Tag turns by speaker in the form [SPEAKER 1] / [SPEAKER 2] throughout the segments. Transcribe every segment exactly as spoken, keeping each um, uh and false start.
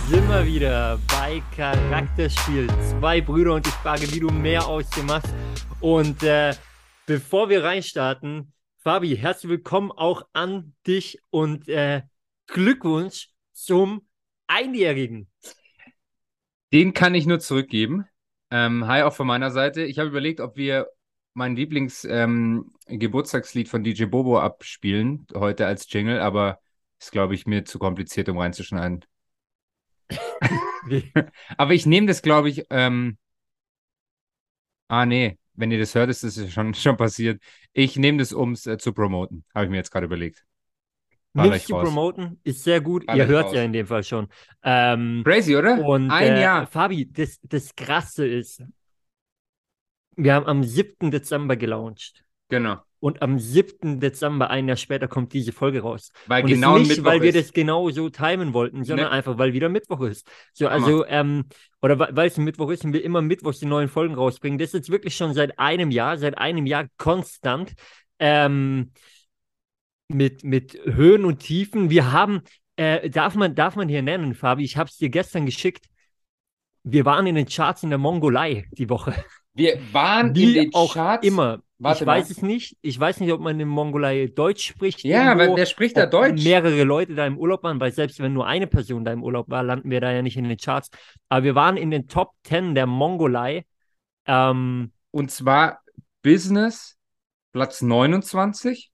[SPEAKER 1] sind wir wieder bei Charakterspiel. Zwei Brüder und ich frage, wie du mehr aus dir machst. Und äh, bevor wir reinstarten, Fabi, herzlich willkommen auch an dich und äh, Glückwunsch zum Einjährigen.
[SPEAKER 2] Den kann ich nur zurückgeben. Ähm, hi auch von meiner Seite. Ich habe überlegt, ob wir mein Lieblings-Geburtstagslied von D J Bobo abspielen, heute als Jingle, aber ist, glaube ich, mir zu kompliziert, um reinzuschneiden. Aber ich nehme das, glaube ich, ähm, ah nee, wenn ihr das hört, ist das ja schon, schon passiert. Ich nehme das, um es äh, zu promoten, habe ich mir jetzt gerade überlegt. Baller
[SPEAKER 1] Nimmst
[SPEAKER 2] ich
[SPEAKER 1] du
[SPEAKER 2] raus.
[SPEAKER 1] promoten, ist sehr gut.
[SPEAKER 2] Baller
[SPEAKER 1] Ihr
[SPEAKER 2] ich
[SPEAKER 1] hört ja
[SPEAKER 2] raus.
[SPEAKER 1] in dem Fall schon. Ähm,
[SPEAKER 2] Crazy, oder?
[SPEAKER 1] und
[SPEAKER 2] Ein
[SPEAKER 1] äh,
[SPEAKER 2] Jahr.
[SPEAKER 1] Fabi, das, das Krasse ist, wir haben am siebten Dezember gelauncht.
[SPEAKER 2] Genau.
[SPEAKER 1] Und am siebten Dezember, ein Jahr später, kommt diese Folge raus.
[SPEAKER 2] Weil
[SPEAKER 1] Und es
[SPEAKER 2] genau ein
[SPEAKER 1] nicht,
[SPEAKER 2] Mittwoch
[SPEAKER 1] weil wir
[SPEAKER 2] ist.
[SPEAKER 1] das genau so timen wollten, sondern
[SPEAKER 2] Ne,
[SPEAKER 1] einfach, weil wieder Mittwoch ist. So,
[SPEAKER 2] Hammer.
[SPEAKER 1] also, ähm, oder weil weil es ein Mittwoch ist und wir immer mittwochs die neuen Folgen rausbringen. Das ist jetzt wirklich schon seit einem Jahr, seit einem Jahr konstant. Ähm, mit, mit Höhen und Tiefen. Wir haben, äh, darf man, darf man hier nennen, Fabi, ich habe es dir gestern geschickt. Wir waren in den Charts in der Mongolei die Woche.
[SPEAKER 2] Wir waren in
[SPEAKER 1] Wie
[SPEAKER 2] den
[SPEAKER 1] auch
[SPEAKER 2] Charts.
[SPEAKER 1] immer. Ich
[SPEAKER 2] Warte
[SPEAKER 1] weiß
[SPEAKER 2] mal.
[SPEAKER 1] es nicht. Ich weiß nicht, ob man in Mongolei Deutsch spricht
[SPEAKER 2] Ja, wer,
[SPEAKER 1] irgendwo,
[SPEAKER 2] wer spricht da
[SPEAKER 1] ob
[SPEAKER 2] Deutsch?
[SPEAKER 1] mehrere Leute da im Urlaub waren, weil selbst wenn nur eine Person da im Urlaub war, landen wir da ja nicht in den Charts. Aber wir waren in den Top zehn der Mongolei. Ähm,
[SPEAKER 2] Und zwar Business, Platz neunundzwanzig.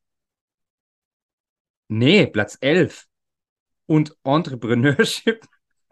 [SPEAKER 2] Nee, Platz elf. Und Entrepreneurship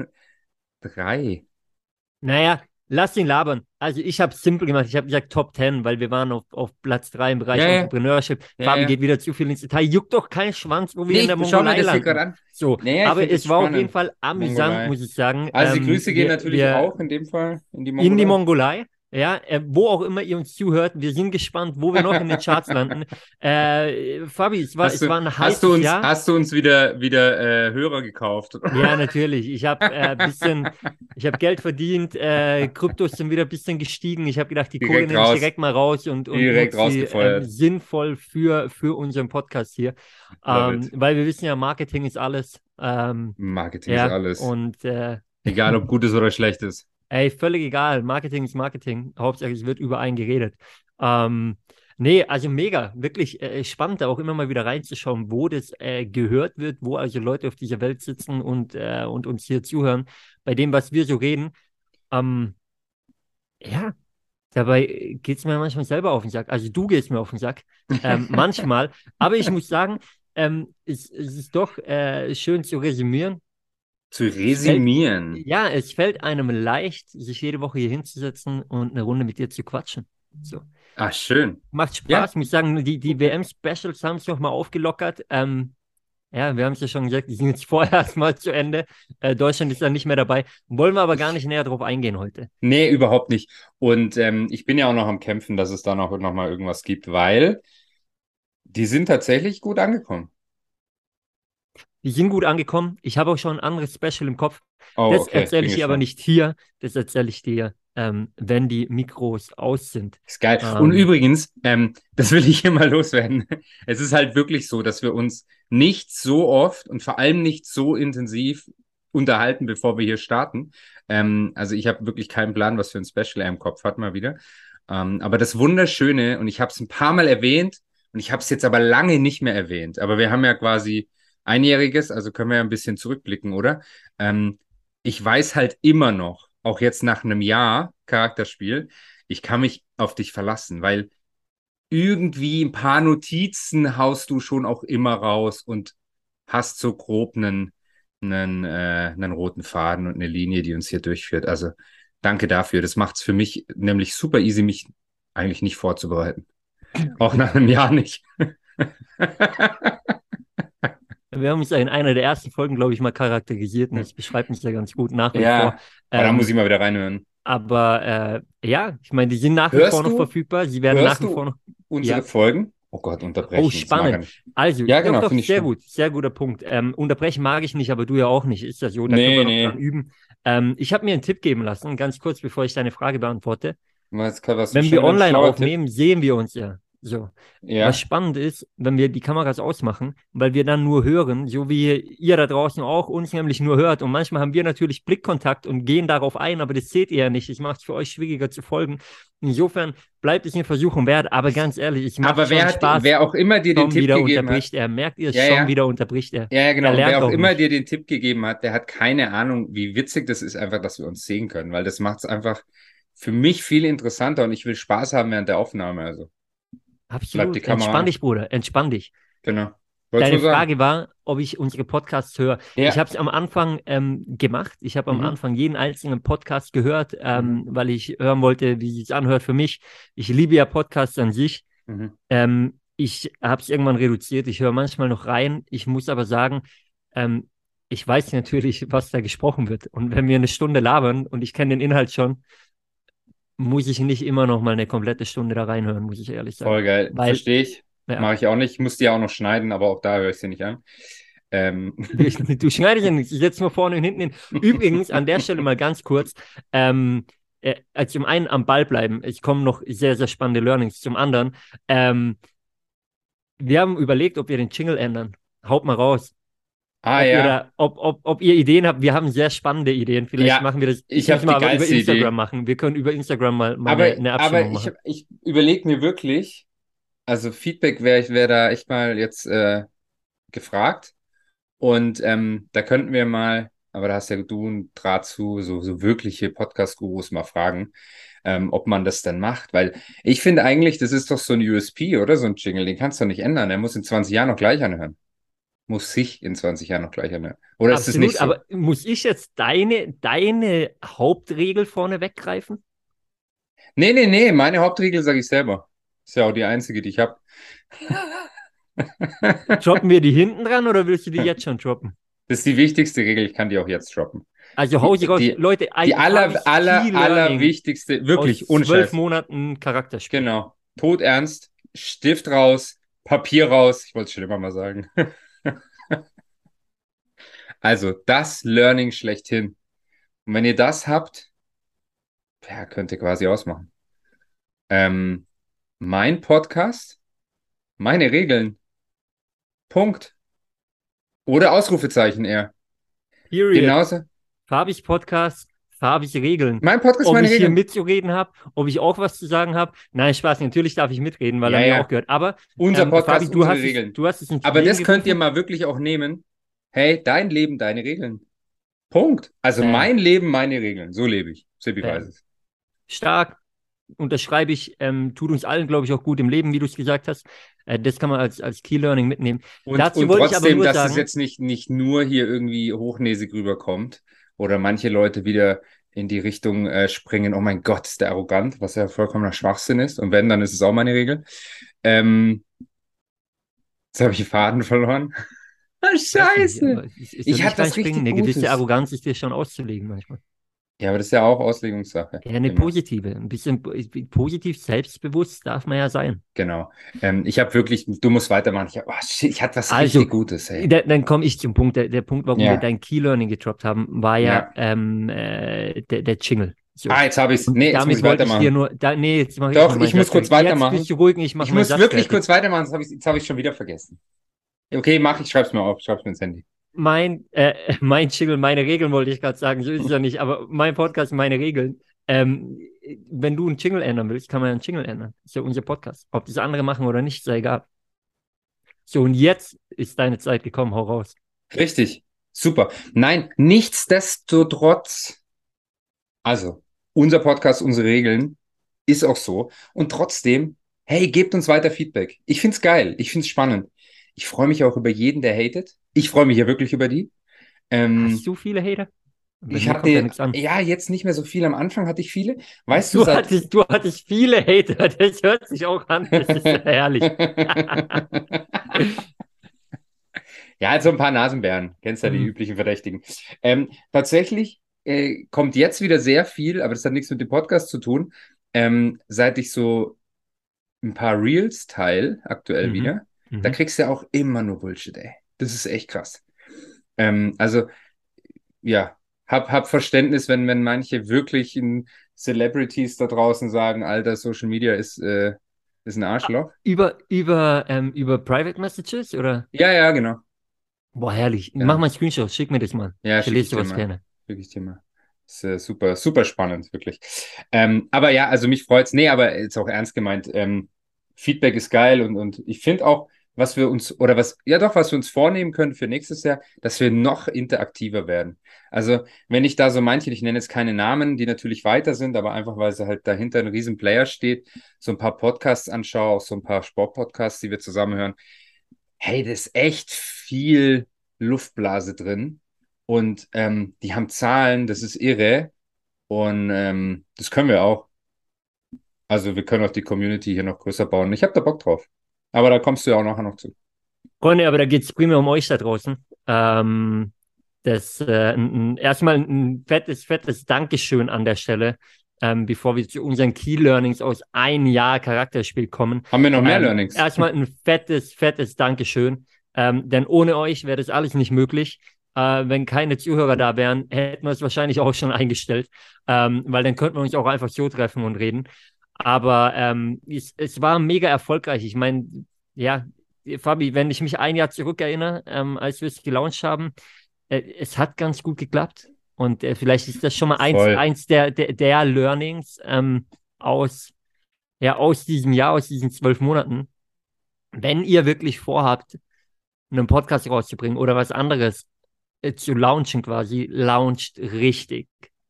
[SPEAKER 2] drei.
[SPEAKER 1] naja, lass ihn labern. Also ich habe es simpel gemacht. Ich habe gesagt Top zehn, weil wir waren auf, auf Platz drei im
[SPEAKER 2] Ja,
[SPEAKER 1] Bereich
[SPEAKER 2] ja,
[SPEAKER 1] Entrepreneurship.
[SPEAKER 2] ja,
[SPEAKER 1] Fabi
[SPEAKER 2] ja.
[SPEAKER 1] geht wieder zu viel ins Detail. Juckt doch kein Schwanz, wo wir
[SPEAKER 2] Nee,
[SPEAKER 1] in der
[SPEAKER 2] ich schau mir
[SPEAKER 1] Mongolei
[SPEAKER 2] das hier gerade
[SPEAKER 1] landen.
[SPEAKER 2] an.
[SPEAKER 1] So,
[SPEAKER 2] Naja, ich
[SPEAKER 1] aber
[SPEAKER 2] finde es
[SPEAKER 1] es war auf jeden
[SPEAKER 2] spannend.
[SPEAKER 1] Fall amüsant,
[SPEAKER 2] Mongolei.
[SPEAKER 1] muss ich sagen.
[SPEAKER 2] Also die
[SPEAKER 1] Ähm,
[SPEAKER 2] Grüße gehen
[SPEAKER 1] wir,
[SPEAKER 2] natürlich
[SPEAKER 1] wir
[SPEAKER 2] auch in dem Fall in die
[SPEAKER 1] in die
[SPEAKER 2] Mongolei.
[SPEAKER 1] Mongolei. Ja, äh, wo auch immer ihr uns zuhört, wir sind gespannt, wo wir noch in den Charts landen. Äh, Fabi, es war,
[SPEAKER 2] Hast
[SPEAKER 1] es
[SPEAKER 2] du,
[SPEAKER 1] war ein
[SPEAKER 2] hast du
[SPEAKER 1] heißes
[SPEAKER 2] uns,
[SPEAKER 1] Jahr.
[SPEAKER 2] hast du uns wieder, wieder äh, Hörer gekauft?
[SPEAKER 1] Ja, natürlich. Ich habe äh, bisschen, ich habe Geld verdient. Äh, Kryptos sind wieder ein bisschen gestiegen. Ich habe gedacht, die Kohle
[SPEAKER 2] Direkt
[SPEAKER 1] nehme ich
[SPEAKER 2] raus.
[SPEAKER 1] direkt mal raus und, und
[SPEAKER 2] Direkt
[SPEAKER 1] nutze sie ähm,
[SPEAKER 2] rausgefeuert.
[SPEAKER 1] sinnvoll für, für unseren Podcast hier.
[SPEAKER 2] Love
[SPEAKER 1] Ähm,
[SPEAKER 2] it.
[SPEAKER 1] weil wir wissen ja, Marketing ist alles. Ähm,
[SPEAKER 2] Marketing ist
[SPEAKER 1] ja,
[SPEAKER 2] alles.
[SPEAKER 1] und äh,
[SPEAKER 2] Egal ob gutes oder schlechtes.
[SPEAKER 1] ey, völlig egal. Marketing ist Marketing. Hauptsache, es wird über einen geredet. Ähm, nee, also mega. Wirklich äh, spannend, da auch immer mal wieder reinzuschauen, wo das äh, gehört wird, wo also Leute auf dieser Welt sitzen und, äh, und uns hier zuhören, bei dem, was wir so reden. Ähm, ja, dabei geht es mir manchmal selber auf den Sack. Also du gehst mir auf den Sack. Ähm, manchmal. Aber ich muss sagen, ähm, es, es ist doch äh, schön zu resümieren.
[SPEAKER 2] Zu
[SPEAKER 1] Es fällt,
[SPEAKER 2] resümieren.
[SPEAKER 1] ja, es fällt einem leicht, sich jede Woche hier hinzusetzen und eine Runde mit dir zu quatschen. So.
[SPEAKER 2] Ah, schön.
[SPEAKER 1] Macht
[SPEAKER 2] Ja,
[SPEAKER 1] Spaß, muss ich sagen, die, die
[SPEAKER 2] okay.
[SPEAKER 1] W M-Specials haben es noch mal aufgelockert. Ähm, ja, wir haben es ja schon gesagt, die sind jetzt vorerst mal zu Ende. Äh, Deutschland ist da nicht mehr dabei. Wollen wir aber gar nicht näher drauf eingehen heute.
[SPEAKER 2] Nee, überhaupt nicht. Und ähm, ich bin ja auch noch am Kämpfen, dass es da noch, noch mal irgendwas gibt, weil die sind tatsächlich gut angekommen.
[SPEAKER 1] Die sind gut angekommen. Ich habe auch schon ein anderes Special im Kopf.
[SPEAKER 2] Oh,
[SPEAKER 1] Das
[SPEAKER 2] okay,
[SPEAKER 1] erzähle
[SPEAKER 2] bin
[SPEAKER 1] ich dir aber
[SPEAKER 2] gespannt.
[SPEAKER 1] nicht hier. Das erzähle ich dir, ähm, wenn die Mikros aus sind.
[SPEAKER 2] Ist geil. Und
[SPEAKER 1] Ähm,
[SPEAKER 2] übrigens, ähm, das will ich hier mal loswerden. Es ist halt wirklich so, dass wir uns nicht so oft und vor allem nicht so intensiv unterhalten, bevor wir hier starten. Ähm, also ich habe wirklich keinen Plan, was für ein Special er im Kopf hat, mal wieder. Ähm, aber das Wunderschöne, und ich habe es ein paar Mal erwähnt, und ich habe es jetzt aber lange nicht mehr erwähnt, aber wir haben ja quasi Einjähriges, also können wir ja ein bisschen zurückblicken, oder? Ähm, Ich weiß halt immer noch, auch jetzt nach einem Jahr Charakterspiel, ich kann mich auf dich verlassen, weil irgendwie ein paar Notizen haust du schon auch immer raus und hast so grob einen, einen, äh, einen roten Faden und eine Linie, die uns hier durchführt. Also danke dafür. Das macht es für mich nämlich super easy, mich eigentlich nicht vorzubereiten. Auch nach einem Jahr nicht.
[SPEAKER 1] Wir haben uns ja in einer der ersten Folgen, glaube ich, mal charakterisiert und das beschreibt uns ja ganz gut nach wie vor.
[SPEAKER 2] Ja, aber da muss
[SPEAKER 1] Ähm,
[SPEAKER 2] ich mal wieder reinhören.
[SPEAKER 1] aber äh, ja, ich meine, die sind nach wie vor
[SPEAKER 2] Hörst
[SPEAKER 1] noch
[SPEAKER 2] du,
[SPEAKER 1] verfügbar. Sie werden nach
[SPEAKER 2] hörst
[SPEAKER 1] wie vor
[SPEAKER 2] du
[SPEAKER 1] noch.
[SPEAKER 2] unsere
[SPEAKER 1] Ja.
[SPEAKER 2] Folgen? Oh Gott,
[SPEAKER 1] Oh,
[SPEAKER 2] unterbrechen, das mag er
[SPEAKER 1] spannend.
[SPEAKER 2] nicht.
[SPEAKER 1] Also,
[SPEAKER 2] Ja,
[SPEAKER 1] doch,
[SPEAKER 2] genau,
[SPEAKER 1] doch,
[SPEAKER 2] finde ich
[SPEAKER 1] sehr
[SPEAKER 2] spannend.
[SPEAKER 1] gut, sehr guter Punkt. Ähm, unterbrechen mag ich nicht, aber du ja auch nicht. Ist ja so, da können wir
[SPEAKER 2] Nee,
[SPEAKER 1] noch dran
[SPEAKER 2] nee.
[SPEAKER 1] üben. Ähm, ich habe mir einen Tipp geben lassen, ganz kurz, bevor ich deine Frage beantworte.
[SPEAKER 2] Was, was
[SPEAKER 1] Wenn
[SPEAKER 2] schon
[SPEAKER 1] wir
[SPEAKER 2] wieder ein
[SPEAKER 1] online
[SPEAKER 2] schlauer Tipp?
[SPEAKER 1] aufnehmen, sehen wir uns ja. So. Was
[SPEAKER 2] Ja.
[SPEAKER 1] spannend ist, wenn wir die Kameras ausmachen, weil wir dann nur hören, so wie ihr da draußen auch uns nämlich nur hört. Und manchmal haben wir natürlich Blickkontakt und gehen darauf ein, aber das seht ihr ja nicht. Ich mache es für euch schwieriger zu folgen. Insofern bleibt es eine Versuchung wert, aber ganz ehrlich, ich mache
[SPEAKER 2] Aber wer
[SPEAKER 1] schon
[SPEAKER 2] hat,
[SPEAKER 1] Spaß.
[SPEAKER 2] wer auch immer dir den
[SPEAKER 1] Schon
[SPEAKER 2] Tipp
[SPEAKER 1] wieder
[SPEAKER 2] gegeben hat,
[SPEAKER 1] unterbricht er. Merkt ihr,
[SPEAKER 2] ja,
[SPEAKER 1] schon
[SPEAKER 2] ja,
[SPEAKER 1] wieder unterbricht er.
[SPEAKER 2] ja, ja, genau.
[SPEAKER 1] Er
[SPEAKER 2] Und wer
[SPEAKER 1] lernt
[SPEAKER 2] auch
[SPEAKER 1] auch
[SPEAKER 2] immer
[SPEAKER 1] nicht.
[SPEAKER 2] dir den Tipp gegeben hat, der hat keine Ahnung, wie witzig das ist, einfach, dass wir uns sehen können, weil das macht es einfach für mich viel interessanter und ich will Spaß haben während der Aufnahme. Also bleibt die
[SPEAKER 1] Absolut.
[SPEAKER 2] Kamera
[SPEAKER 1] Entspann
[SPEAKER 2] an.
[SPEAKER 1] dich, Bruder. Entspann dich.
[SPEAKER 2] Genau. Wolltest du
[SPEAKER 1] Deine
[SPEAKER 2] sagen?
[SPEAKER 1] Frage war, ob ich unsere Podcasts höre. Ich
[SPEAKER 2] Ja.
[SPEAKER 1] habe es am Anfang ähm, gemacht. Ich habe am
[SPEAKER 2] Mhm.
[SPEAKER 1] Anfang jeden einzelnen Podcast gehört, ähm,
[SPEAKER 2] Mhm.
[SPEAKER 1] weil ich hören wollte, wie es sich anhört für mich. Ich liebe ja Podcasts an sich.
[SPEAKER 2] Mhm.
[SPEAKER 1] Ähm, ich habe es irgendwann reduziert. Ich höre manchmal noch rein. Ich muss aber sagen, ähm, ich weiß natürlich, was da gesprochen wird. Und wenn wir eine Stunde labern und ich kenne den Inhalt schon, muss ich nicht immer noch mal eine komplette Stunde da reinhören, muss ich ehrlich sagen.
[SPEAKER 2] Voll geil.
[SPEAKER 1] Weil,
[SPEAKER 2] Verstehe ich.
[SPEAKER 1] ja.
[SPEAKER 2] Mache ich auch nicht. Ich muss die auch noch schneiden, aber auch da höre ich sie nicht an. Ähm.
[SPEAKER 1] Du schneidest ja nichts, ich setze nur vorne und hinten hin. Übrigens, an der Stelle mal ganz kurz, ähm, äh, also zum einen am Ball bleiben, ich komme noch sehr, sehr spannende Learnings. Zum anderen, ähm, wir haben überlegt, ob wir den Jingle ändern. Haut mal raus.
[SPEAKER 2] Ah
[SPEAKER 1] Ob ihr
[SPEAKER 2] ja.
[SPEAKER 1] da, ob, ob, ob ihr Ideen habt, wir haben sehr spannende Ideen. Vielleicht
[SPEAKER 2] Ja,
[SPEAKER 1] machen wir das, das
[SPEAKER 2] ich habe
[SPEAKER 1] müssen wir
[SPEAKER 2] die
[SPEAKER 1] aber über
[SPEAKER 2] geilste
[SPEAKER 1] Instagram
[SPEAKER 2] Idee.
[SPEAKER 1] machen. Wir können über Instagram mal, mal
[SPEAKER 2] Aber,
[SPEAKER 1] eine, eine
[SPEAKER 2] aber
[SPEAKER 1] Abstimmung
[SPEAKER 2] ich,
[SPEAKER 1] machen.
[SPEAKER 2] ich überlege mir wirklich, also Feedback wäre ich wäre da echt mal jetzt äh, gefragt. Und ähm, da könnten wir mal, aber da hast ja du einen Draht zu, so, so wirkliche Podcast-Gurus mal fragen, ähm, ob man das dann macht. Weil ich finde eigentlich, das ist doch so ein U S P, oder? So ein Jingle, den kannst du nicht ändern. Er muss in zwanzig Jahren noch gleich anhören. Muss sich in zwanzig Jahren noch gleich anhören. Oder ist es nicht
[SPEAKER 1] Absolut,
[SPEAKER 2] so?
[SPEAKER 1] aber muss ich jetzt deine, deine Hauptregel vorne weggreifen?
[SPEAKER 2] Nee, nee, nee, meine Hauptregel sage ich selber. Ist ja auch die einzige, die ich habe.
[SPEAKER 1] Droppen wir die hinten dran oder willst du die jetzt schon droppen?
[SPEAKER 2] Das ist die wichtigste Regel, ich kann die auch jetzt droppen.
[SPEAKER 1] Also hau
[SPEAKER 2] Die,
[SPEAKER 1] sie raus.
[SPEAKER 2] die,
[SPEAKER 1] Leute,
[SPEAKER 2] die
[SPEAKER 1] ein
[SPEAKER 2] aller,
[SPEAKER 1] Tages Key
[SPEAKER 2] aller, aller
[SPEAKER 1] Learning
[SPEAKER 2] wichtigste,
[SPEAKER 1] aus
[SPEAKER 2] wirklich, ohne
[SPEAKER 1] zwölf
[SPEAKER 2] Scheiß.
[SPEAKER 1] Monaten Charakterspiel.
[SPEAKER 2] Genau. Todernst, Stift raus, Papier raus. Ich wollte es schon immer mal sagen. Also, das Learning schlechthin. Und wenn ihr das habt, ja, könnt ihr quasi ausmachen. Ähm, mein Podcast, meine Regeln. Punkt. Oder Ausrufezeichen eher.
[SPEAKER 1] Period.
[SPEAKER 2] Genauso.
[SPEAKER 1] Farbig Podcast, farbig Regeln.
[SPEAKER 2] Mein Podcast,
[SPEAKER 1] Ob
[SPEAKER 2] meine
[SPEAKER 1] ich hier
[SPEAKER 2] Regeln.
[SPEAKER 1] mitzureden habe, ob ich auch was zu sagen habe. Nein, Spaß, natürlich darf ich mitreden, weil
[SPEAKER 2] Ja,
[SPEAKER 1] er mir auch
[SPEAKER 2] ja.
[SPEAKER 1] gehört. Aber
[SPEAKER 2] Unser
[SPEAKER 1] ähm, Fabi,
[SPEAKER 2] Podcast,
[SPEAKER 1] du
[SPEAKER 2] unsere
[SPEAKER 1] hast es,
[SPEAKER 2] Regeln.
[SPEAKER 1] du hast es ins
[SPEAKER 2] Aber
[SPEAKER 1] Leben
[SPEAKER 2] das könnt ihr
[SPEAKER 1] gerufen.
[SPEAKER 2] mal wirklich auch nehmen. Hey, dein Leben, deine Regeln. Punkt. Also
[SPEAKER 1] Bam,
[SPEAKER 2] mein Leben, meine Regeln. So lebe ich. Sebi weiß
[SPEAKER 1] bam.
[SPEAKER 2] es.
[SPEAKER 1] Stark, unterschreibe ich, ähm, tut uns allen, glaube ich, auch gut im Leben, wie du es gesagt hast. Äh, das kann man als, als Key Learning mitnehmen.
[SPEAKER 2] Und,
[SPEAKER 1] Dazu
[SPEAKER 2] und
[SPEAKER 1] wollte ich aber
[SPEAKER 2] trotzdem,
[SPEAKER 1] nur
[SPEAKER 2] dass es
[SPEAKER 1] sagen,
[SPEAKER 2] jetzt nicht, nicht nur hier irgendwie hochnäsig rüberkommt oder manche Leute wieder in die Richtung äh, springen, oh mein Gott, ist der arrogant, was ja vollkommener Schwachsinn ist. Und wenn, dann ist es auch meine Regel. Ähm, jetzt habe ich den Faden verloren. Ah,
[SPEAKER 1] weiß nicht,
[SPEAKER 2] Scheiße.
[SPEAKER 1] aber es, es soll
[SPEAKER 2] Ich hatte
[SPEAKER 1] nicht
[SPEAKER 2] was
[SPEAKER 1] reinspringen.
[SPEAKER 2] richtig
[SPEAKER 1] Eine gewisse
[SPEAKER 2] Gutes.
[SPEAKER 1] Arroganz ist dir schon auszulegen manchmal.
[SPEAKER 2] Ja, aber das ist ja auch Auslegungssache.
[SPEAKER 1] Ja, eine
[SPEAKER 2] Immer.
[SPEAKER 1] positive. Ein bisschen po- positiv selbstbewusst darf man ja sein.
[SPEAKER 2] Genau. Ähm, ich habe wirklich, du musst weitermachen. Ich, hab, oh, shit, ich hatte was
[SPEAKER 1] Also,
[SPEAKER 2] richtig Gutes, ey.
[SPEAKER 1] da, dann komme ich zum Punkt. Der, der Punkt, warum wir
[SPEAKER 2] Ja,
[SPEAKER 1] dein Key Learning gedroppt haben, war ja
[SPEAKER 2] ja.
[SPEAKER 1] ähm, äh, der, der Jingle. So.
[SPEAKER 2] Ah, jetzt habe ich's.
[SPEAKER 1] Und
[SPEAKER 2] Nee, jetzt muss
[SPEAKER 1] damit
[SPEAKER 2] ich
[SPEAKER 1] wollte ich dir
[SPEAKER 2] weitermachen.
[SPEAKER 1] nur, da, nee, jetzt mache ich
[SPEAKER 2] Doch,
[SPEAKER 1] noch meinen
[SPEAKER 2] ich muss
[SPEAKER 1] Satz
[SPEAKER 2] kurz
[SPEAKER 1] fertig. Jetzt bist
[SPEAKER 2] weitermachen.
[SPEAKER 1] du ruhig und ich mache
[SPEAKER 2] Ich
[SPEAKER 1] meinen
[SPEAKER 2] muss
[SPEAKER 1] Satz
[SPEAKER 2] wirklich
[SPEAKER 1] fertig.
[SPEAKER 2] kurz weitermachen, das habe ich, jetzt habe ich schon wieder vergessen. Okay, mach, ich schreib's mir auf, schreib's mir ins Handy.
[SPEAKER 1] Mein, äh, mein Jingle, meine Regeln wollte ich gerade sagen, so ist es ja nicht, aber mein Podcast, meine Regeln. Ähm, wenn du einen Jingle ändern willst, kann man ja einen Jingle ändern. Ist ja unser Podcast. Ob das andere machen oder nicht, sei egal. So, und jetzt ist deine Zeit gekommen, hau raus.
[SPEAKER 2] Richtig, super. Nein, nichtsdestotrotz, also, unser Podcast, unsere Regeln, ist auch so. Und trotzdem, hey, gebt uns weiter Feedback. Ich find's geil, ich find's spannend. Ich freue mich auch über jeden, der hatet. Ich freue mich ja wirklich über die.
[SPEAKER 1] Hast
[SPEAKER 2] Ähm,
[SPEAKER 1] du viele Hater? Bei
[SPEAKER 2] ich
[SPEAKER 1] mir kommt ja
[SPEAKER 2] hatte,
[SPEAKER 1] nichts an.
[SPEAKER 2] ja, jetzt nicht mehr so viel. Am Anfang hatte ich viele. Weißt du,
[SPEAKER 1] Du
[SPEAKER 2] seit
[SPEAKER 1] hattest, du hattest viele Hater, das hört sich auch an, das ist ja herrlich.
[SPEAKER 2] Ja, halt so ein paar Nasenbären. Kennst ja die
[SPEAKER 1] Hm.
[SPEAKER 2] üblichen Verdächtigen. Ähm, tatsächlich äh, kommt jetzt wieder sehr viel, aber das hat nichts mit dem Podcast zu tun. Ähm, seit ich so ein paar Reels teile, aktuell
[SPEAKER 1] Mhm.
[SPEAKER 2] wieder, da
[SPEAKER 1] Mhm.
[SPEAKER 2] kriegst du ja auch immer nur Bullshit, ey. Das ist echt krass. Ähm, also, ja, hab, hab Verständnis, wenn, wenn manche wirklichen Celebrities da draußen sagen, Alter, Social Media ist äh, Ist ein Arschloch.
[SPEAKER 1] Über, über, ähm, über Private Messages oder?
[SPEAKER 2] Ja, ja, genau.
[SPEAKER 1] Boah, herrlich. Mach
[SPEAKER 2] Ja,
[SPEAKER 1] mal einen Screenshot, schick mir das mal.
[SPEAKER 2] ja,
[SPEAKER 1] Ich
[SPEAKER 2] schicke
[SPEAKER 1] lese
[SPEAKER 2] ich dir
[SPEAKER 1] sowas
[SPEAKER 2] mal.
[SPEAKER 1] gerne.
[SPEAKER 2] Schicke ich dir mal. Ist äh, super, super spannend, wirklich. Ähm, aber ja, also mich freut's. Nee, aber jetzt auch ernst gemeint. Ähm, Feedback ist geil und, und ich finde auch, was wir uns, oder was, ja doch, was wir uns vornehmen können für nächstes Jahr, dass wir noch interaktiver werden. Also, wenn ich da so manche, ich nenne jetzt keine Namen, die natürlich weiter sind, aber einfach, weil sie halt dahinter ein riesen Player steht, so ein paar Podcasts anschaue, auch so ein paar Sportpodcasts, die wir zusammen hören. Hey, das ist echt viel Luftblase drin. Und ähm, die haben Zahlen, das ist irre. Und ähm, das können wir auch. Also wir können auch die Community hier noch größer bauen. Ich habe da Bock drauf. Aber da kommst du ja auch nachher noch zu.
[SPEAKER 1] Freunde, aber da geht es primär um euch da draußen. Ähm, das, äh, ein, ein, erstmal ein fettes, fettes Dankeschön an der Stelle, ähm, bevor wir zu unseren Key Learnings aus ein Jahr Charakterspiel kommen.
[SPEAKER 2] Haben wir noch mehr
[SPEAKER 1] Ähm,
[SPEAKER 2] Learnings?
[SPEAKER 1] erstmal ein fettes, fettes Dankeschön, ähm, denn ohne euch wäre das alles nicht möglich. Äh, wenn keine Zuhörer da wären, hätten wir es wahrscheinlich auch schon eingestellt, ähm, weil dann könnten wir uns auch einfach so treffen und reden. Aber ähm, es, es war mega erfolgreich. Ich meine, ja, Fabi, wenn ich mich ein Jahr zurückerinnere, ähm, als wir es gelauncht haben, äh, es hat ganz gut geklappt. Und äh, vielleicht ist das schon mal eins,
[SPEAKER 2] Voll.
[SPEAKER 1] eins der, der, der Learnings ähm, aus, ja, aus diesem Jahr, aus diesen zwölf Monaten. Wenn ihr wirklich vorhabt, einen Podcast rauszubringen oder was anderes äh, zu launchen quasi, launcht richtig.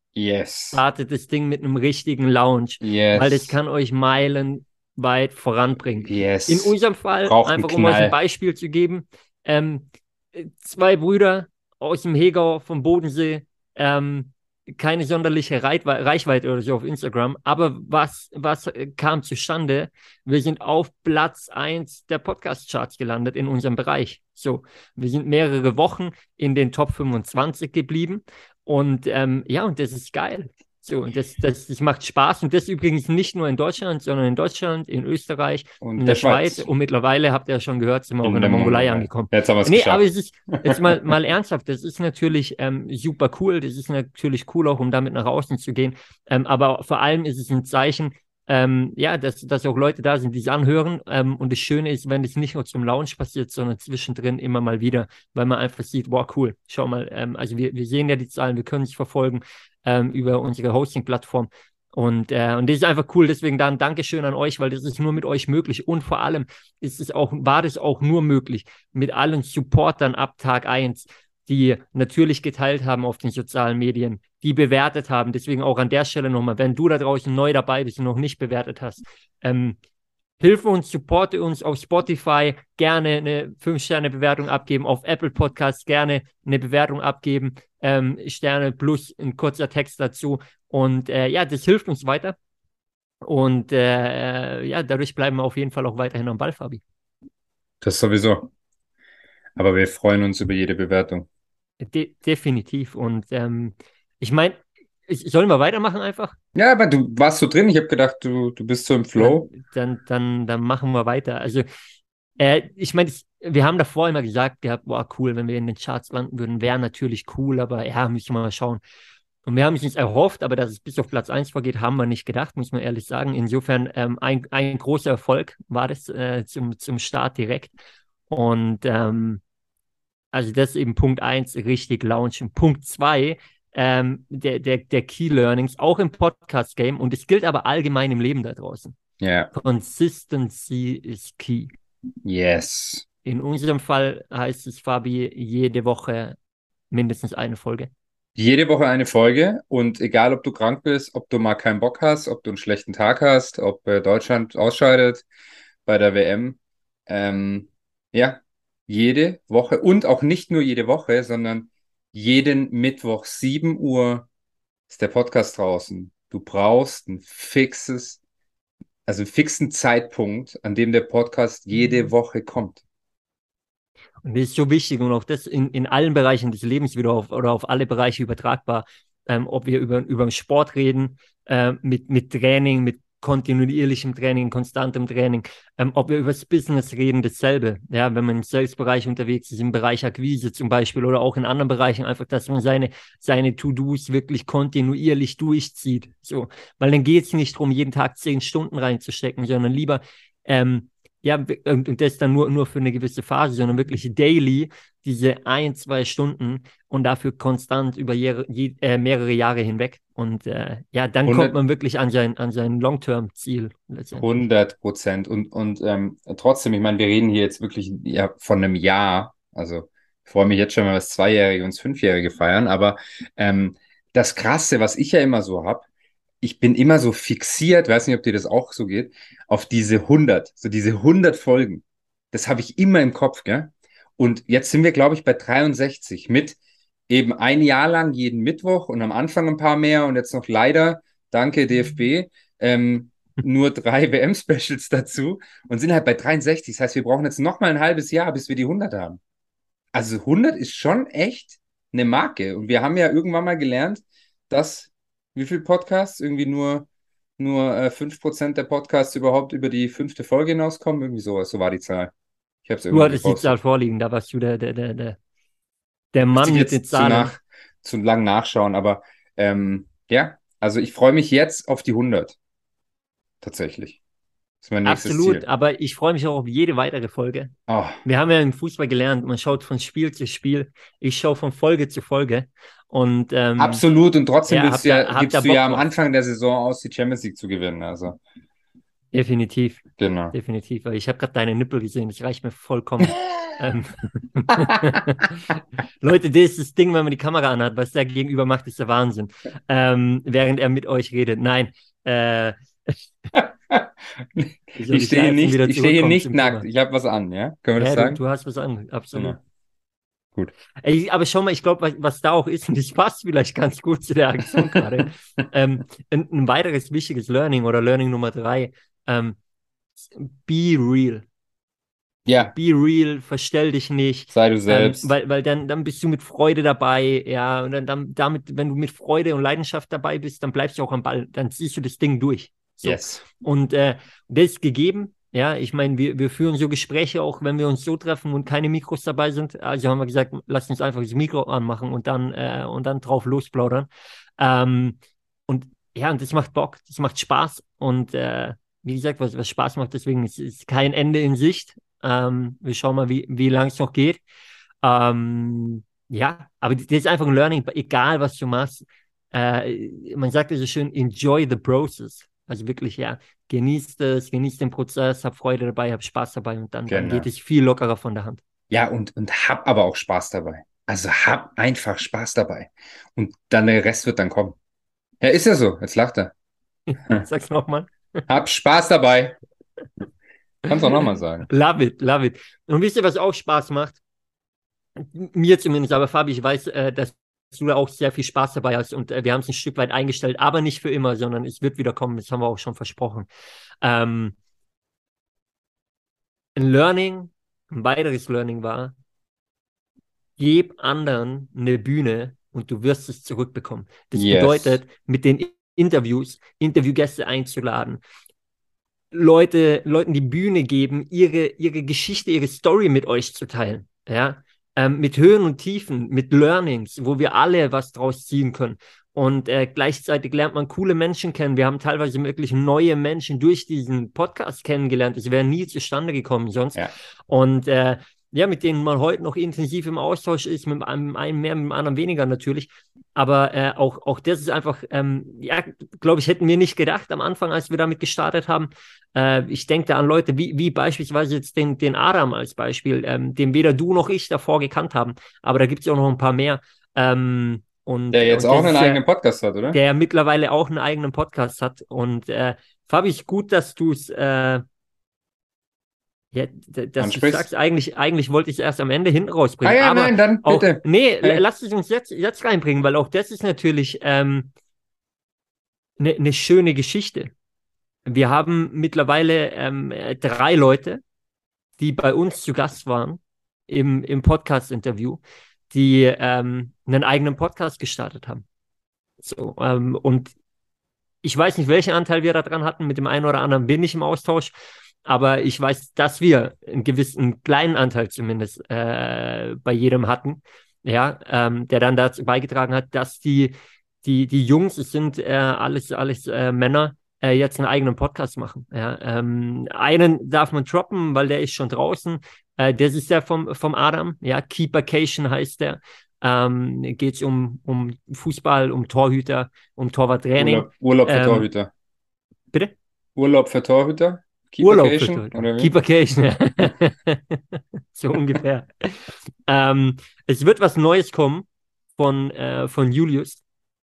[SPEAKER 2] Yes.
[SPEAKER 1] Startet das Ding mit einem richtigen Launch, weil das
[SPEAKER 2] Yes.
[SPEAKER 1] kann euch meilenweit voranbringen. In
[SPEAKER 2] Yes.
[SPEAKER 1] unserem Fall,
[SPEAKER 2] Braucht einen
[SPEAKER 1] einfach um euch ein
[SPEAKER 2] Knall.
[SPEAKER 1] Beispiel zu geben, ähm, zwei Brüder aus dem Hegau vom Bodensee, ähm, keine sonderliche Reichweite oder so auf Instagram, aber was, was kam zustande? Wir sind auf Platz eins der Podcast-Charts gelandet in unserem Bereich. So, wir sind mehrere Wochen in den Top fünfundzwanzig geblieben und ähm, ja, und das ist geil. So, und das, das, das macht Spaß und das übrigens nicht nur in Deutschland, sondern in Deutschland, in Österreich,
[SPEAKER 2] Und
[SPEAKER 1] in
[SPEAKER 2] der
[SPEAKER 1] der Schweiz
[SPEAKER 2] Schweiz.
[SPEAKER 1] und mittlerweile, habt ihr ja schon gehört, sind wir auch
[SPEAKER 2] In
[SPEAKER 1] in
[SPEAKER 2] der
[SPEAKER 1] der Mongolei
[SPEAKER 2] Mongolei.
[SPEAKER 1] angekommen.
[SPEAKER 2] Jetzt haben wir es
[SPEAKER 1] Nee, aber
[SPEAKER 2] geschafft.
[SPEAKER 1] es ist jetzt mal, mal ernsthaft, das ist natürlich ähm, super cool, das ist natürlich cool auch, um damit nach außen zu gehen, ähm, aber vor allem ist es ein Zeichen, ähm, ja, dass, dass auch Leute da sind, die es anhören ähm, und das Schöne ist, wenn es nicht nur zum Launch passiert, sondern zwischendrin immer mal wieder, weil man einfach sieht, wow, cool, schau mal, ähm, also wir, wir sehen ja die Zahlen, wir können es verfolgen ähm, über unsere Hosting-Plattform. Und, äh, und das ist einfach cool, deswegen da ein Dankeschön an euch, weil das ist nur mit euch möglich. Und vor allem ist es auch, war das auch nur möglich mit allen Supportern ab Tag eins, die natürlich geteilt haben auf den sozialen Medien, die bewertet haben. Deswegen auch an der Stelle nochmal, wenn du da draußen neu dabei bist und noch nicht bewertet hast, ähm, hilf uns, supporte uns auf Spotify, gerne eine fünf Sterne Bewertung abgeben, auf Apple Podcasts gerne eine Bewertung abgeben, ähm, Sterne plus ein kurzer Text dazu. Und äh, ja, das hilft uns weiter. Und äh, ja, dadurch bleiben wir auf jeden Fall auch weiterhin am Ball, Fabi.
[SPEAKER 2] Das sowieso. Aber wir freuen uns über jede Bewertung.
[SPEAKER 1] De definitiv. Und ähm, ich meine, sollen wir weitermachen einfach?
[SPEAKER 2] Ja, aber du warst so drin. Ich habe gedacht, du, du bist so im
[SPEAKER 1] Dann,
[SPEAKER 2] Flow.
[SPEAKER 1] dann, dann, dann machen wir weiter. Also, äh, ich meine, wir haben davor immer gesagt gehabt, boah, cool, wenn wir in den Charts landen würden, wäre natürlich cool, aber ja, müssen wir mal schauen. Und wir haben es nicht erhofft, aber dass es bis auf Platz eins vorgeht, haben wir nicht gedacht, muss man ehrlich sagen. Insofern ähm, ein, ein großer Erfolg war das äh, zum, zum Start direkt. Und ähm, also das ist eben Punkt eins, richtig launchen. Punkt zwei, ähm, der, der, der Key Learnings, auch im Podcast-Game. Und es gilt aber allgemein im Leben da draußen.
[SPEAKER 2] Ja.
[SPEAKER 1] Consistency is key.
[SPEAKER 2] Yes.
[SPEAKER 1] In unserem Fall heißt es, Fabi, jede Woche mindestens eine Folge.
[SPEAKER 2] Jede Woche eine Folge und egal, ob du krank bist, ob du mal keinen Bock hast, ob du einen schlechten Tag hast, ob äh, Deutschland ausscheidet bei der W M, ähm, ja, jede Woche und auch nicht nur jede Woche, sondern jeden Mittwoch sieben Uhr ist der Podcast draußen. Du brauchst ein fixes, also einen fixen Zeitpunkt, an dem der Podcast jede Woche kommt.
[SPEAKER 1] Und das ist so wichtig und auch das in, in allen Bereichen des Lebens wieder auf, oder auf alle Bereiche übertragbar. Ähm, ob wir über, über den Sport reden, äh, mit, mit Training, mit kontinuierlichem Training, konstantem Training, ähm, ob wir über das Business reden, dasselbe. Ja, wenn man im Sales-Bereich unterwegs ist, im Bereich Akquise zum Beispiel oder auch in anderen Bereichen, einfach, dass man seine, seine To-Dos wirklich kontinuierlich durchzieht. So, weil dann geht es nicht darum, jeden Tag zehn Stunden reinzustecken, sondern lieber ähm, ja, und, und das dann nur, nur für eine gewisse Phase, sondern wirklich daily diese ein, zwei Stunden und dafür konstant über jahre, je, äh, mehrere Jahre hinweg. Und äh, ja, dann kommt man wirklich an sein, an sein Long-Term-Ziel letztendlich.
[SPEAKER 2] hundert Prozent. Und, und ähm, trotzdem, ich meine, wir reden hier jetzt wirklich ja, von einem Jahr. Also ich freue mich jetzt schon, wenn wir das Zweijährige und das Fünfjährige feiern. Aber ähm, das Krasse, was ich ja immer so habe, ich bin immer so fixiert, weiß nicht, ob dir das auch so geht, auf diese hundert, so diese hundert Folgen. Das habe ich immer im Kopf, gell? Und jetzt sind wir, glaube ich, bei dreiundsechzig mit eben ein Jahr lang jeden Mittwoch und am Anfang ein paar mehr und jetzt noch leider, danke D F B, ähm, nur drei W M-Specials dazu und sind halt bei dreiundsechzig. Das heißt, wir brauchen jetzt noch mal ein halbes Jahr, bis wir die hundert haben. Also hundert ist schon echt eine Marke. Und wir haben ja irgendwann mal gelernt, dass wie viele Podcasts? Irgendwie nur, nur äh, fünf Prozent der Podcasts überhaupt über die fünfte Folge hinauskommen. Irgendwie sowas, so war die Zahl. Ich habe es
[SPEAKER 1] Du
[SPEAKER 2] irgendwo
[SPEAKER 1] hattest die Zahl
[SPEAKER 2] gepostet.
[SPEAKER 1] vorliegen, da warst du der, der, der, der, der
[SPEAKER 2] Müsste
[SPEAKER 1] Mann
[SPEAKER 2] ich
[SPEAKER 1] mit den
[SPEAKER 2] jetzt zu,
[SPEAKER 1] Zahlen.
[SPEAKER 2] nach, zu lang nachschauen, aber ähm, ja, also ich freue mich jetzt auf die hundert. Tatsächlich. Das ist mein nächstes
[SPEAKER 1] Absolut,
[SPEAKER 2] Ziel.
[SPEAKER 1] aber ich freue mich auch auf jede weitere Folge.
[SPEAKER 2] Oh,
[SPEAKER 1] Wir haben ja im Fußball gelernt, man schaut von Spiel zu Spiel. Ich schaue von Folge zu Folge. Und ähm,
[SPEAKER 2] absolut. Und trotzdem
[SPEAKER 1] ja,
[SPEAKER 2] willst
[SPEAKER 1] habt
[SPEAKER 2] du
[SPEAKER 1] ihr,
[SPEAKER 2] ja,
[SPEAKER 1] habt ihr
[SPEAKER 2] gibst du
[SPEAKER 1] Bock
[SPEAKER 2] ja am
[SPEAKER 1] drauf?
[SPEAKER 2] Anfang der Saison aus, die Champions League zu gewinnen. Also,
[SPEAKER 1] Definitiv,
[SPEAKER 2] genau.
[SPEAKER 1] definitiv. Weil ich habe gerade deine Nippel gesehen, das reicht mir vollkommen. Ähm, Leute, das ist das Ding, wenn man die Kamera anhat, was der gegenüber macht, ist der Wahnsinn. Ähm, während er mit euch redet. Nein, äh, wie soll
[SPEAKER 2] Ich
[SPEAKER 1] ich da
[SPEAKER 2] stehe
[SPEAKER 1] jetzt
[SPEAKER 2] nicht,
[SPEAKER 1] wieder
[SPEAKER 2] ich stehe hier
[SPEAKER 1] zurückkommen
[SPEAKER 2] nicht
[SPEAKER 1] zum
[SPEAKER 2] nackt.
[SPEAKER 1] Thema?
[SPEAKER 2] Ich habe was an, ja? Können wir das
[SPEAKER 1] Ja, du,
[SPEAKER 2] sagen?
[SPEAKER 1] du hast was an, absolut.
[SPEAKER 2] Genau. Gut.
[SPEAKER 1] Ey, aber schau mal, ich glaube, was, was da auch ist, und das passt vielleicht ganz gut zu der Aktion gerade, ähm, ein, ein weiteres wichtiges Learning oder Learning Nummer drei, ähm, be real.
[SPEAKER 2] Ja,
[SPEAKER 1] Be real, verstell dich nicht,
[SPEAKER 2] sei du
[SPEAKER 1] ähm,
[SPEAKER 2] selbst.
[SPEAKER 1] weil, weil dann, dann bist du mit Freude dabei, ja, und dann, dann damit, wenn du mit Freude und Leidenschaft dabei bist, dann bleibst du auch am Ball, dann ziehst du das Ding durch. So.
[SPEAKER 2] Yes.
[SPEAKER 1] Und äh, das ist gegeben. Ja, ich meine, wir, wir führen so Gespräche auch, wenn wir uns so treffen und keine Mikros dabei sind. Also haben wir gesagt, lass uns einfach das Mikro anmachen und dann, äh, und dann drauf losplaudern. Ähm, und ja, und das macht Bock, das macht Spaß. Und äh, wie gesagt, was, was Spaß macht, deswegen ist, ist kein Ende in Sicht. Ähm, wir schauen mal, wie, wie lange es noch geht. Ähm, ja, aber das ist einfach ein Learning, egal was du machst. Äh, man sagt ja so schön, enjoy the process. Also wirklich, ja, genießt es, genießt den Prozess, hab Freude dabei, hab Spaß dabei und dann, dann geht
[SPEAKER 2] Genau.
[SPEAKER 1] es viel lockerer von der Hand.
[SPEAKER 2] Ja, und, und hab aber auch Spaß dabei. Also hab einfach Spaß dabei. Und dann der Rest wird dann kommen. Ja, ist ja so. Jetzt lacht er. Hm.
[SPEAKER 1] Sag's nochmal.
[SPEAKER 2] Hab Spaß dabei. Kannst auch nochmal sagen.
[SPEAKER 1] Love it, love it. Und wisst ihr, was auch Spaß macht? Mir zumindest, aber Fabi, ich weiß, äh, dass du da auch sehr viel Spaß dabei hast und äh, wir haben es ein Stück weit eingestellt, aber nicht für immer, sondern es wird wieder kommen, das haben wir auch schon versprochen. Ähm, ein Learning, ein weiteres Learning war, gib anderen eine Bühne und du wirst es zurückbekommen. Das
[SPEAKER 2] Yes.
[SPEAKER 1] bedeutet, mit den Interviews, Interviewgäste einzuladen, Leute, Leuten die Bühne geben, ihre, ihre Geschichte, ihre Story mit euch zu teilen. Ja, ähm, mit Höhen und Tiefen, mit Learnings, wo wir alle was draus ziehen können. Und äh, gleichzeitig lernt man coole Menschen kennen. Wir haben teilweise wirklich neue Menschen durch diesen Podcast kennengelernt. Es wäre nie zustande gekommen sonst.
[SPEAKER 2] Ja.
[SPEAKER 1] Und äh, ja, mit denen man heute noch intensiv im Austausch ist, mit einem, einem mehr, mit dem anderen weniger natürlich. Aber äh, auch, auch das ist einfach, ähm, ja, glaube ich, hätten wir nicht gedacht am Anfang, als wir damit gestartet haben. Äh, ich denke da an Leute wie, wie beispielsweise jetzt den, den Adam als Beispiel, ähm, den weder du noch ich davor gekannt haben. Aber da gibt es ja auch noch ein paar mehr. Ähm, und,
[SPEAKER 2] Der jetzt
[SPEAKER 1] und
[SPEAKER 2] auch
[SPEAKER 1] das
[SPEAKER 2] einen
[SPEAKER 1] ist ja,
[SPEAKER 2] eigenen Podcast hat, oder?
[SPEAKER 1] der mittlerweile auch einen eigenen Podcast hat. Und äh, Fabi, ist gut, dass du es äh, ja, d- dass du
[SPEAKER 2] Ansprichst.
[SPEAKER 1] sagst, eigentlich, eigentlich wollte ich es erst am Ende hinten
[SPEAKER 2] Ah
[SPEAKER 1] rausbringen.
[SPEAKER 2] ja,
[SPEAKER 1] Aber
[SPEAKER 2] nein, dann
[SPEAKER 1] auch,
[SPEAKER 2] bitte.
[SPEAKER 1] nee, l-
[SPEAKER 2] Hey.
[SPEAKER 1] lass es uns jetzt, jetzt reinbringen, weil auch das ist natürlich ähm, eine ne schöne Geschichte. Wir haben mittlerweile ähm, äh, drei Leute, die bei uns zu Gast waren im, im Podcast-Interview, die ähm, einen eigenen Podcast gestartet haben. So, ähm, und ich weiß nicht, welchen Anteil wir daran hatten. Mit dem einen oder anderen bin ich im Austausch. Aber ich weiß, dass wir einen gewissen kleinen Anteil zumindest äh, bei jedem hatten, ja, ähm, der dann dazu beigetragen hat, dass die, die, die Jungs, es sind äh, alles, alles äh, Männer, äh, jetzt einen eigenen Podcast machen. Ja, ähm, einen darf man droppen, weil der ist schon draußen. Äh, das ist der vom, vom Adam. Ja, Keepercation heißt der. Ähm, geht es um, um Fußball, um Torhüter, um Torwarttraining.
[SPEAKER 2] Urlaub, Urlaub für
[SPEAKER 1] Ähm,
[SPEAKER 2] Torhüter.
[SPEAKER 1] bitte?
[SPEAKER 2] Urlaub für Torhüter?
[SPEAKER 1] Urlaub für
[SPEAKER 2] Keepercation?
[SPEAKER 1] Torhüter.
[SPEAKER 2] Oder wie?
[SPEAKER 1] Keepercation, ja. So ungefähr. Ähm, es wird was Neues kommen von, äh, von Julius.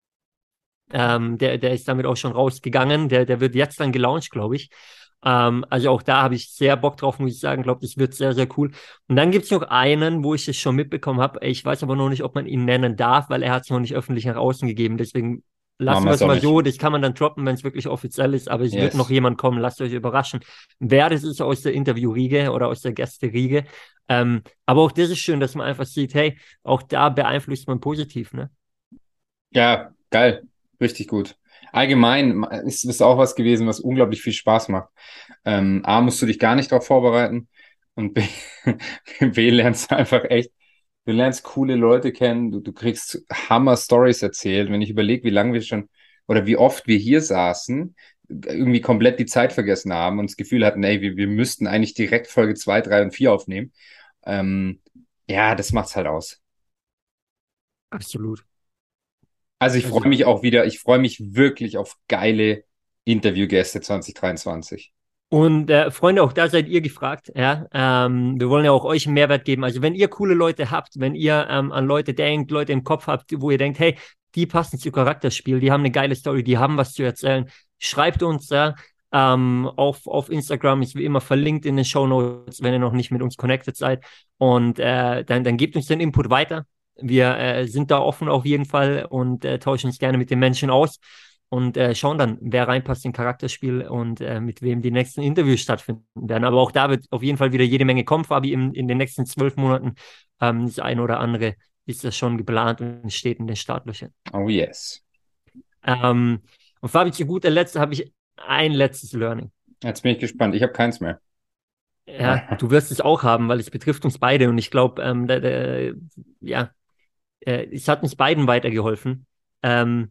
[SPEAKER 1] Ähm, der, der ist damit auch schon rausgegangen. Der, der wird jetzt dann gelauncht, glaube ich. Ähm, also auch da habe ich sehr Bock drauf, muss ich sagen. Glaube, das wird sehr, sehr cool. Und dann gibt es noch einen, wo ich es schon mitbekommen habe. Ich weiß aber noch nicht, ob man ihn nennen darf, weil er hat es noch nicht öffentlich nach außen gegeben. Deswegen lassen
[SPEAKER 2] Machen
[SPEAKER 1] wir
[SPEAKER 2] wir
[SPEAKER 1] es
[SPEAKER 2] es auch
[SPEAKER 1] mal
[SPEAKER 2] nicht.
[SPEAKER 1] so. Das kann man dann droppen, wenn es wirklich offiziell ist. Aber es wird noch
[SPEAKER 2] Yes.
[SPEAKER 1] jemand kommen. Lasst euch überraschen. Wer das ist aus der Interviewriege oder aus der Gästeriege. Ähm, aber auch das ist schön, dass man einfach sieht, hey, auch da beeinflusst man positiv, ne?
[SPEAKER 2] Ja, geil. Richtig gut. Allgemein ist es auch was gewesen, was unglaublich viel Spaß macht. Ähm, A, musst du dich gar nicht darauf vorbereiten und B, B lernst du einfach echt, du lernst coole Leute kennen, du, du kriegst Hammer-Stories erzählt. Wenn ich überlege, wie lange wir schon oder wie oft wir hier saßen, irgendwie komplett die Zeit vergessen haben und das Gefühl hatten, ey, wir, wir müssten eigentlich direkt Folge zwei, drei und vier aufnehmen. Ähm, ja, das macht's halt aus.
[SPEAKER 1] Absolut.
[SPEAKER 2] Also ich freue
[SPEAKER 1] Also
[SPEAKER 2] mich auch wieder, ich freue mich wirklich auf geile Interviewgäste zwanzig dreiundzwanzig.
[SPEAKER 1] Und äh, Freunde, auch da seid ihr gefragt. Ja? Ähm, wir wollen ja auch euch einen Mehrwert geben. Also wenn ihr coole Leute habt, wenn ihr ähm, an Leute denkt, Leute im Kopf habt, wo ihr denkt, hey, die passen zu Charakterspiel, die haben eine geile Story, die haben was zu erzählen, schreibt uns ja ähm, auf, auf Instagram, ist wie immer verlinkt in den Shownotes, wenn ihr noch nicht mit uns connected seid. Und äh, dann, dann gebt uns den Input weiter. Wir äh, sind da offen auf jeden Fall und äh, tauschen uns gerne mit den Menschen aus und äh, schauen dann, wer reinpasst in Charakterspiel und äh, mit wem die nächsten Interviews stattfinden werden. Aber auch da wird auf jeden Fall wieder jede Menge kommen, Fabi, in, in den nächsten zwölf Monaten. Ähm, das eine oder andere ist das schon geplant und steht in den Startlöchern.
[SPEAKER 2] Oh yes.
[SPEAKER 1] Ähm, und Fabi, zu guter Letzt habe ich ein letztes Learning.
[SPEAKER 2] Jetzt bin ich gespannt. Ich habe keins mehr.
[SPEAKER 1] Ja, du wirst es auch haben, weil es betrifft uns beide und ich glaube, ähm, da, da, ja, äh, es hat uns beiden weitergeholfen. Ähm,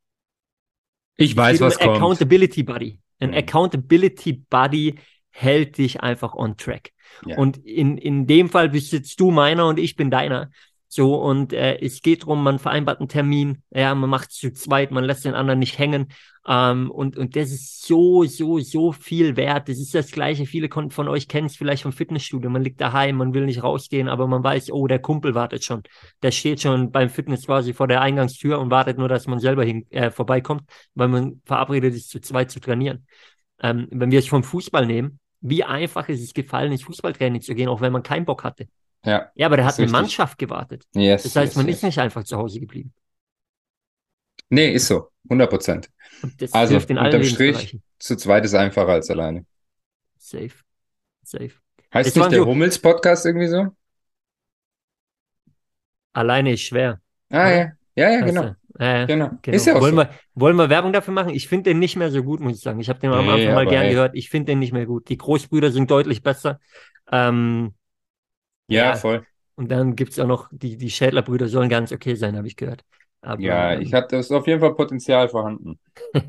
[SPEAKER 2] Ich
[SPEAKER 1] Es
[SPEAKER 2] weiß,
[SPEAKER 1] geht um
[SPEAKER 2] was
[SPEAKER 1] einen
[SPEAKER 2] kommt.
[SPEAKER 1] Accountability Buddy. Ein
[SPEAKER 2] Hm.
[SPEAKER 1] Accountability Buddy hält dich einfach on track.
[SPEAKER 2] Ja.
[SPEAKER 1] Und in, in dem Fall bist jetzt du meiner und ich bin deiner. So, und äh, es geht darum, man vereinbart einen Termin, ja, man macht es zu zweit, man lässt den anderen nicht hängen. Ähm, und, und das ist so, so, so viel wert. Das ist das Gleiche. Viele kon- von euch kennen es vielleicht vom Fitnessstudio. Man liegt daheim, man will nicht rausgehen, aber man weiß, oh, der Kumpel wartet schon. Der steht schon beim Fitness quasi vor der Eingangstür und wartet nur, dass man selber hin, äh, vorbeikommt, weil man verabredet ist, zu zweit zu trainieren. Ähm, wenn wir es vom Fußball nehmen, wie einfach ist es gefallen, ins Fußballtraining zu gehen, auch wenn man keinen Bock hatte.
[SPEAKER 2] Ja,
[SPEAKER 1] Ja, aber der
[SPEAKER 2] ist
[SPEAKER 1] hat eine
[SPEAKER 2] richtig.
[SPEAKER 1] Mannschaft gewartet.
[SPEAKER 2] Yes,
[SPEAKER 1] Das heißt,
[SPEAKER 2] yes,
[SPEAKER 1] man
[SPEAKER 2] yes.
[SPEAKER 1] ist nicht einfach zu Hause geblieben.
[SPEAKER 2] Nee, ist so. hundert Prozent.
[SPEAKER 1] Und das
[SPEAKER 2] Also,
[SPEAKER 1] hilft in allen
[SPEAKER 2] unterm Strich,
[SPEAKER 1] Lebensbereichen.
[SPEAKER 2] zu zweit ist einfacher als alleine.
[SPEAKER 1] Safe. Safe.
[SPEAKER 2] Heißt
[SPEAKER 1] Das
[SPEAKER 2] nicht
[SPEAKER 1] waren
[SPEAKER 2] der
[SPEAKER 1] so,
[SPEAKER 2] Hummels-Podcast irgendwie so?
[SPEAKER 1] alleine ist schwer,
[SPEAKER 2] Ah,
[SPEAKER 1] oder?
[SPEAKER 2] ja. Ja, ja,
[SPEAKER 1] Heißt
[SPEAKER 2] genau.
[SPEAKER 1] er. Äh,
[SPEAKER 2] Genau. Ist
[SPEAKER 1] genau.
[SPEAKER 2] ja auch
[SPEAKER 1] Wollen
[SPEAKER 2] so.
[SPEAKER 1] wir, wollen wir Werbung dafür machen? Ich finde den nicht mehr so gut, muss ich sagen. Ich habe den am
[SPEAKER 2] Nee,
[SPEAKER 1] Anfang mal
[SPEAKER 2] aber
[SPEAKER 1] gern
[SPEAKER 2] hey.
[SPEAKER 1] gehört. Ich finde den nicht mehr gut. Die Großbrüder sind deutlich besser. Ähm,
[SPEAKER 2] Ja,
[SPEAKER 1] ja,
[SPEAKER 2] voll.
[SPEAKER 1] und dann gibt es auch noch, die, die Schädler-Brüder sollen ganz okay sein, habe ich gehört. Aber
[SPEAKER 2] Ja, ich
[SPEAKER 1] ähm,
[SPEAKER 2] hatte, ist auf jeden Fall Potenzial vorhanden.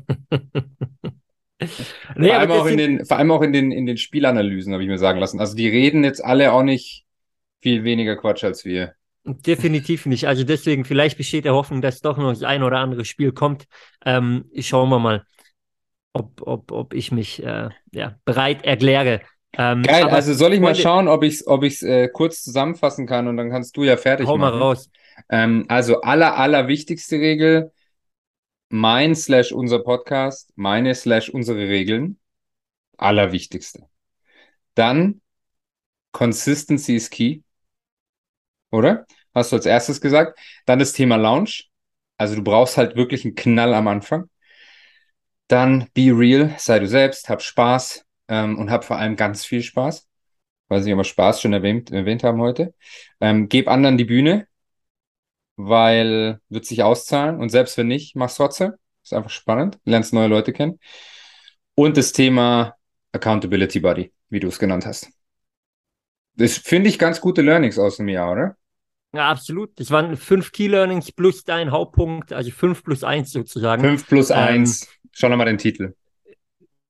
[SPEAKER 1] nee,
[SPEAKER 2] Vor
[SPEAKER 1] aber
[SPEAKER 2] allem auch
[SPEAKER 1] das
[SPEAKER 2] in
[SPEAKER 1] sind
[SPEAKER 2] den, vor allem auch in den, in den Spielanalysen, habe ich mir sagen lassen. Also die reden jetzt alle auch nicht viel weniger Quatsch als wir.
[SPEAKER 1] definitiv nicht. Also deswegen, vielleicht besteht der Hoffnung, dass doch noch das ein oder andere Spiel kommt. Ähm, schauen wir mal, ob, ob, ob ich mich äh, ja, bereit erkläre. Ähm,
[SPEAKER 2] Geil,
[SPEAKER 1] aber
[SPEAKER 2] also soll ich mal
[SPEAKER 1] Freunde,
[SPEAKER 2] schauen, ob ich es ob ich's, äh, kurz zusammenfassen kann und dann kannst du ja fertig
[SPEAKER 1] hau mal
[SPEAKER 2] machen.
[SPEAKER 1] raus.
[SPEAKER 2] Ähm, also aller, aller wichtigste Regel, mein slash unser Podcast, meine slash unsere Regeln, allerwichtigste. Dann Consistency is key, oder? Hast du als erstes gesagt. Dann das Thema Lounge. Also du brauchst halt wirklich einen Knall am Anfang. Dann be real, sei du selbst, hab Spaß ähm, und hab vor allem ganz viel Spaß. Weiß nicht, ob wir Spaß schon erwähnt, erwähnt haben heute. Ähm, geb anderen die Bühne, weil wird sich auszahlen und selbst wenn nicht, mach's trotzdem. Ist einfach spannend, lernst neue Leute kennen. Und das Thema Accountability Buddy, wie du es genannt hast. Das finde ich ganz gute Learnings aus dem Jahr, oder?
[SPEAKER 1] Ja, absolut. Das waren fünf Key Learnings plus dein Hauptpunkt, also fünf plus eins sozusagen.
[SPEAKER 2] Fünf plus
[SPEAKER 1] Ähm,
[SPEAKER 2] eins. Schau nochmal den Titel.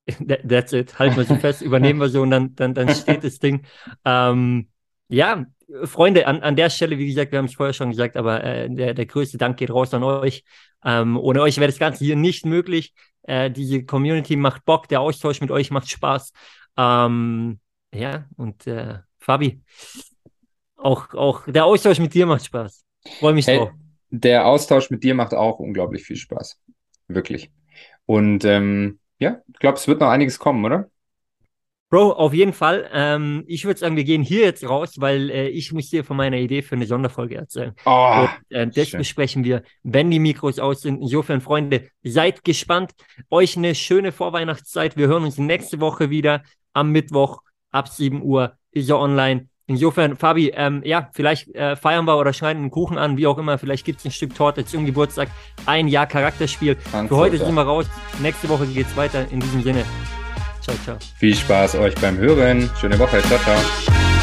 [SPEAKER 1] That's it. Halten wir so fest, übernehmen wir so und dann, dann, dann steht das Ding. Ähm, ja, Freunde, an, an der Stelle, wie gesagt, wir haben es vorher schon gesagt, aber äh, der, der größte Dank geht raus an euch. Ähm, ohne euch wäre das Ganze hier nicht möglich. Äh, diese Community macht Bock, der Austausch mit euch macht Spaß. Ähm, ja, und äh, Fabi, auch, auch der Austausch mit dir macht Spaß. Freue mich
[SPEAKER 2] Hey,
[SPEAKER 1] drauf.
[SPEAKER 2] der Austausch mit dir macht auch unglaublich viel Spaß. Wirklich. Und ähm, ja, ich glaube, es wird noch einiges kommen, oder?
[SPEAKER 1] Bro, auf jeden Fall. Ähm, ich würde sagen, wir gehen hier jetzt raus, weil äh, ich muss dir von meiner Idee für eine Sonderfolge erzählen.
[SPEAKER 2] Oh,
[SPEAKER 1] Und äh, das
[SPEAKER 2] schön.
[SPEAKER 1] besprechen wir, wenn die Mikros aus sind. Insofern, Freunde, seid gespannt. Euch eine schöne Vorweihnachtszeit. Wir hören uns nächste Woche wieder am Mittwoch ab sieben Uhr. Ist er online. Insofern, Fabi, ähm, ja, vielleicht äh, feiern wir oder schneiden einen Kuchen an, wie auch immer. Vielleicht gibt es ein Stück Torte zum Geburtstag. Ein Jahr Charakterspiel. Für heute sind wir raus. Nächste Woche geht's weiter. In diesem Sinne. Ciao, ciao.
[SPEAKER 2] Viel Spaß euch beim Hören. Schöne Woche. Ciao, ciao.